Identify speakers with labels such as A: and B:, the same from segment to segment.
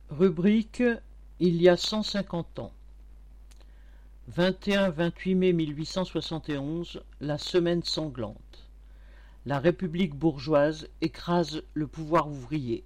A: Rubrique Il y a 150 ans. 21-28 mai 1871, la semaine sanglante. La République bourgeoise écrase le pouvoir ouvrier.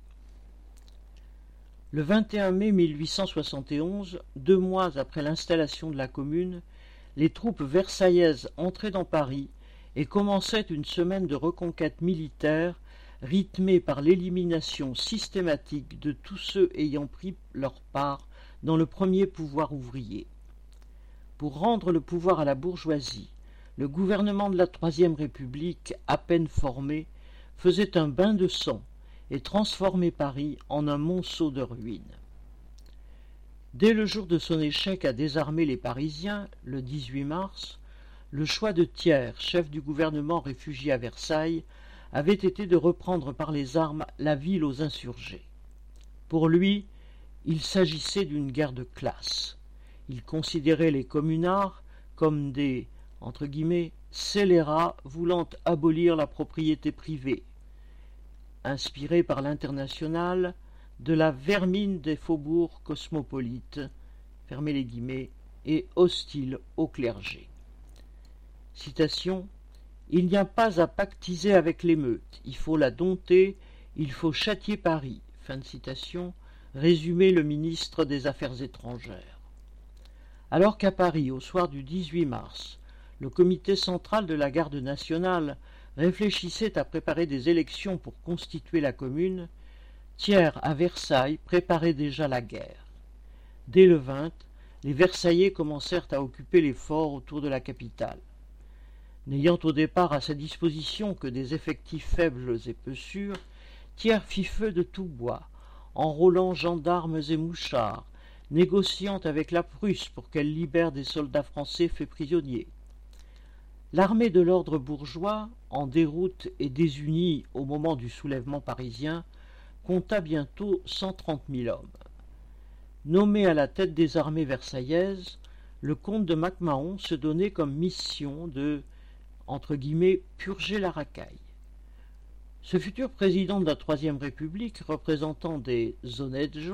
A: Le 21 mai 1871, 2 mois après l'installation de la Commune, les troupes versaillaises entraient dans Paris et commençaient une semaine de reconquête militaire rythmée par l'élimination systématique de tous ceux ayant pris leur part dans le premier pouvoir ouvrier. Pour rendre le pouvoir à la bourgeoisie, le gouvernement de la Troisième République, à peine formé, faisait un bain de sang et transformait Paris en un monceau de ruines. Dès le jour de son échec à désarmer les Parisiens, le 18 mars, le choix de Thiers, chef du gouvernement réfugié à Versailles, avait été de reprendre par les armes la ville aux insurgés. Pour lui, il s'agissait d'une guerre de classe. Il considérait les communards comme des « scélérats voulant abolir la propriété privée », inspiré par l'Internationale de la vermine des faubourgs cosmopolites, et hostile au clergé. Citation: Il n'y a pas à pactiser avec l'émeute, il faut la dompter, il faut châtier Paris. Fin de citation, résumait le ministre des Affaires étrangères. Alors qu'à Paris, au soir du 18 mars, le comité central de la Garde nationale réfléchissait à préparer des élections pour constituer la Commune, Thiers, à Versailles, préparait déjà la guerre. Dès le 20, les Versaillais commencèrent à occuper les forts autour de la capitale. N'ayant au départ à sa disposition que des effectifs faibles et peu sûrs, Thiers fit feu de tout bois, enrôlant gendarmes et mouchards, négociant avec la Prusse pour qu'elle libère des soldats français faits prisonniers. L'armée de l'ordre bourgeois, en déroute et désunie au moment du soulèvement parisien, compta bientôt 130 000 hommes. Nommé à la tête des armées versaillaises, le comte de MacMahon se donnait comme mission de « purger la racaille ». Ce futur président de la Troisième République, représentant des « honnêtes gens »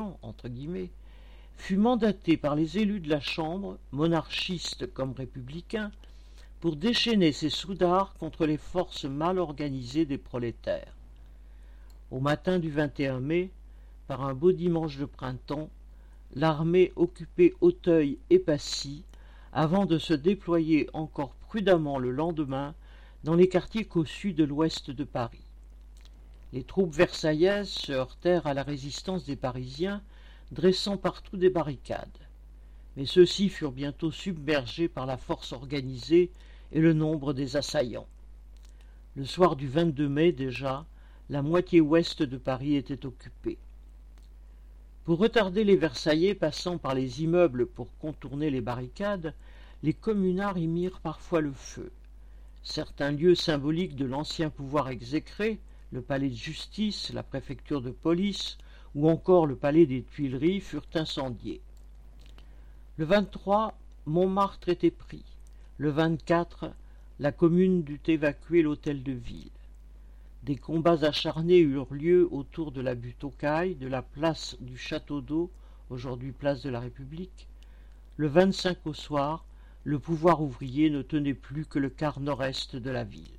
A: fut mandaté par les élus de la Chambre, monarchistes comme républicains, pour déchaîner ses soudards contre les forces mal organisées des prolétaires. Au matin du 21 mai, par un beau dimanche de printemps, l'armée occupait Auteuil et Passy, avant de se déployer encore prudemment le lendemain dans les quartiers cossus de l'ouest de Paris. Les troupes versaillaises se heurtèrent à la résistance des Parisiens, dressant partout des barricades. Mais ceux-ci furent bientôt submergés par la force organisée et le nombre des assaillants. Le soir du 22 mai déjà, la moitié ouest de Paris était occupée. Pour retarder les Versaillais passant par les immeubles pour contourner les barricades, les communards y mirent parfois le feu. Certains lieux symboliques de l'ancien pouvoir exécré, le palais de justice, la préfecture de police ou encore le palais des Tuileries, furent incendiés. Le 23, Montmartre était pris. Le 24, la Commune dut évacuer l'hôtel de ville. Des combats acharnés eurent lieu autour de la butte aux Cailles, de la place du Château d'Eau, aujourd'hui place de la République. Le 25 au soir, le pouvoir ouvrier ne tenait plus que le quart nord-est de la ville.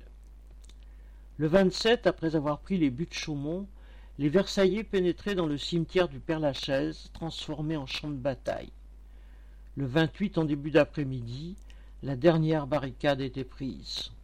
A: Le 27, après avoir pris les buttes Chaumont, les Versaillais pénétraient dans le cimetière du Père-Lachaise, transformé en champ de bataille. Le 28, en début d'après-midi, la dernière barricade était prise.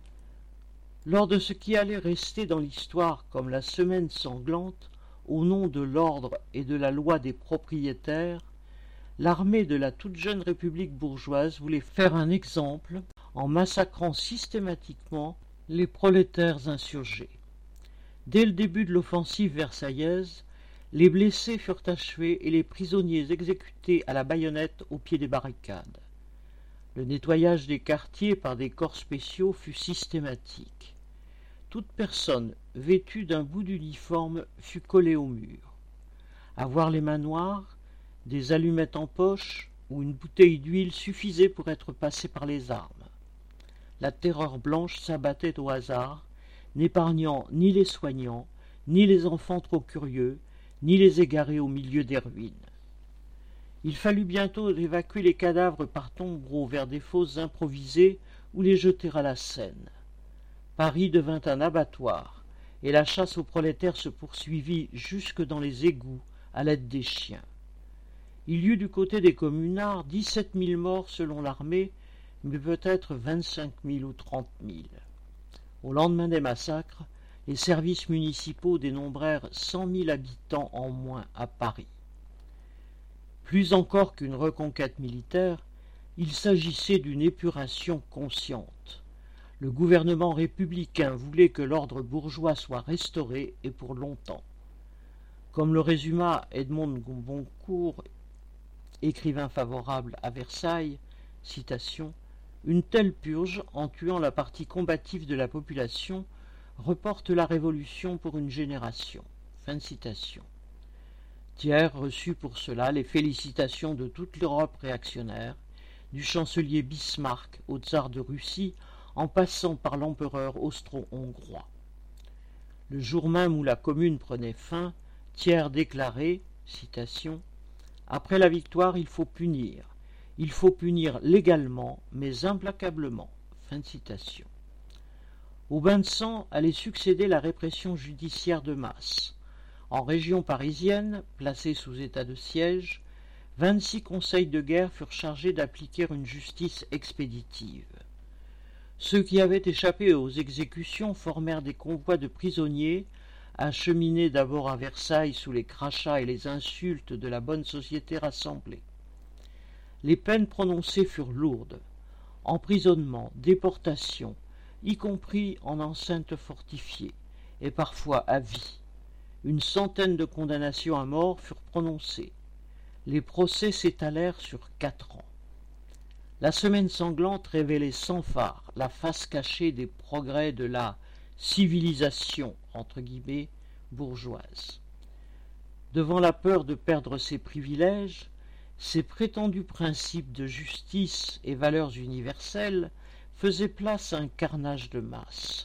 A: Lors de ce qui allait rester dans l'histoire comme la semaine sanglante, au nom de l'ordre et de la loi des propriétaires, l'armée de la toute jeune République bourgeoise voulait faire un exemple en massacrant systématiquement les prolétaires insurgés. Dès le début de l'offensive versaillaise, les blessés furent achevés et les prisonniers exécutés à la baïonnette au pied des barricades. Le nettoyage des quartiers par des corps spéciaux fut systématique. Toute personne vêtue d'un bout d'uniforme fut collée au mur. Avoir les mains noires, des allumettes en poche ou une bouteille d'huile suffisait pour être passé par les armes. La terreur blanche s'abattait au hasard, n'épargnant ni les soignants, ni les enfants trop curieux, ni les égarer au milieu des ruines. Il fallut bientôt évacuer les cadavres par tombereaux vers des fosses improvisées ou les jeter à la Seine. Paris devint un abattoir, et la chasse aux prolétaires se poursuivit jusque dans les égouts à l'aide des chiens. Il y eut du côté des communards 17 000 morts selon l'armée, mais peut-être 25 000 ou 30 000. Au lendemain des massacres, les services municipaux dénombrèrent 100 000 habitants en moins à Paris. Plus encore qu'une reconquête militaire, il s'agissait d'une épuration consciente. Le gouvernement républicain voulait que l'ordre bourgeois soit restauré et pour longtemps. Comme le résuma Edmond Goncourt, écrivain favorable à Versailles, citation, « Une telle purge, en tuant la partie combative de la population, reporte la Révolution pour une génération. » Fin de citation. Thiers reçut pour cela les félicitations de toute l'Europe réactionnaire, du chancelier Bismarck au tsar de Russie, en passant par l'empereur austro-hongrois. Le jour même où la Commune prenait fin, Thiers déclarait, citation, « Après la victoire, il faut punir légalement, mais implacablement. » Fin de citation. Au bain de sang allait succéder la répression judiciaire de masse. En région parisienne, placée sous état de siège, 26 conseils de guerre furent chargés d'appliquer une justice expéditive. Ceux qui avaient échappé aux exécutions formèrent des convois de prisonniers, acheminés d'abord à Versailles sous les crachats et les insultes de la bonne société rassemblée. Les peines prononcées furent lourdes, emprisonnement, déportation, y compris en enceinte fortifiée, et parfois à vie. Une centaine de condamnations à mort furent prononcées. Les procès s'étalèrent sur 4 ans. La semaine sanglante révélait sans phare la face cachée des progrès de la « civilisation » entre guillemets, bourgeoise. Devant la peur de perdre ses privilèges, ces prétendus principes de justice et valeurs universelles faisaient place à un carnage de masse.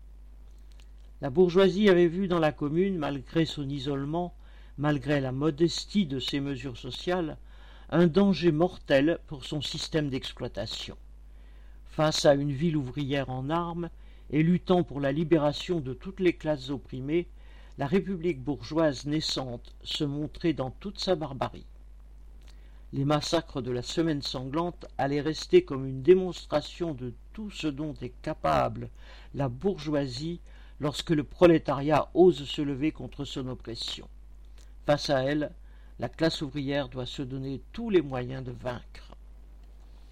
A: La bourgeoisie avait vu dans la Commune, malgré son isolement, malgré la modestie de ses mesures sociales, un danger mortel pour son système d'exploitation. Face à une ville ouvrière en armes et luttant pour la libération de toutes les classes opprimées, la République bourgeoise naissante se montrait dans toute sa barbarie. Les massacres de la semaine sanglante allaient rester comme une démonstration de tout ce dont est capable la bourgeoisie lorsque le prolétariat ose se lever contre son oppression. Face à elle, la classe ouvrière doit se donner tous les moyens de vaincre.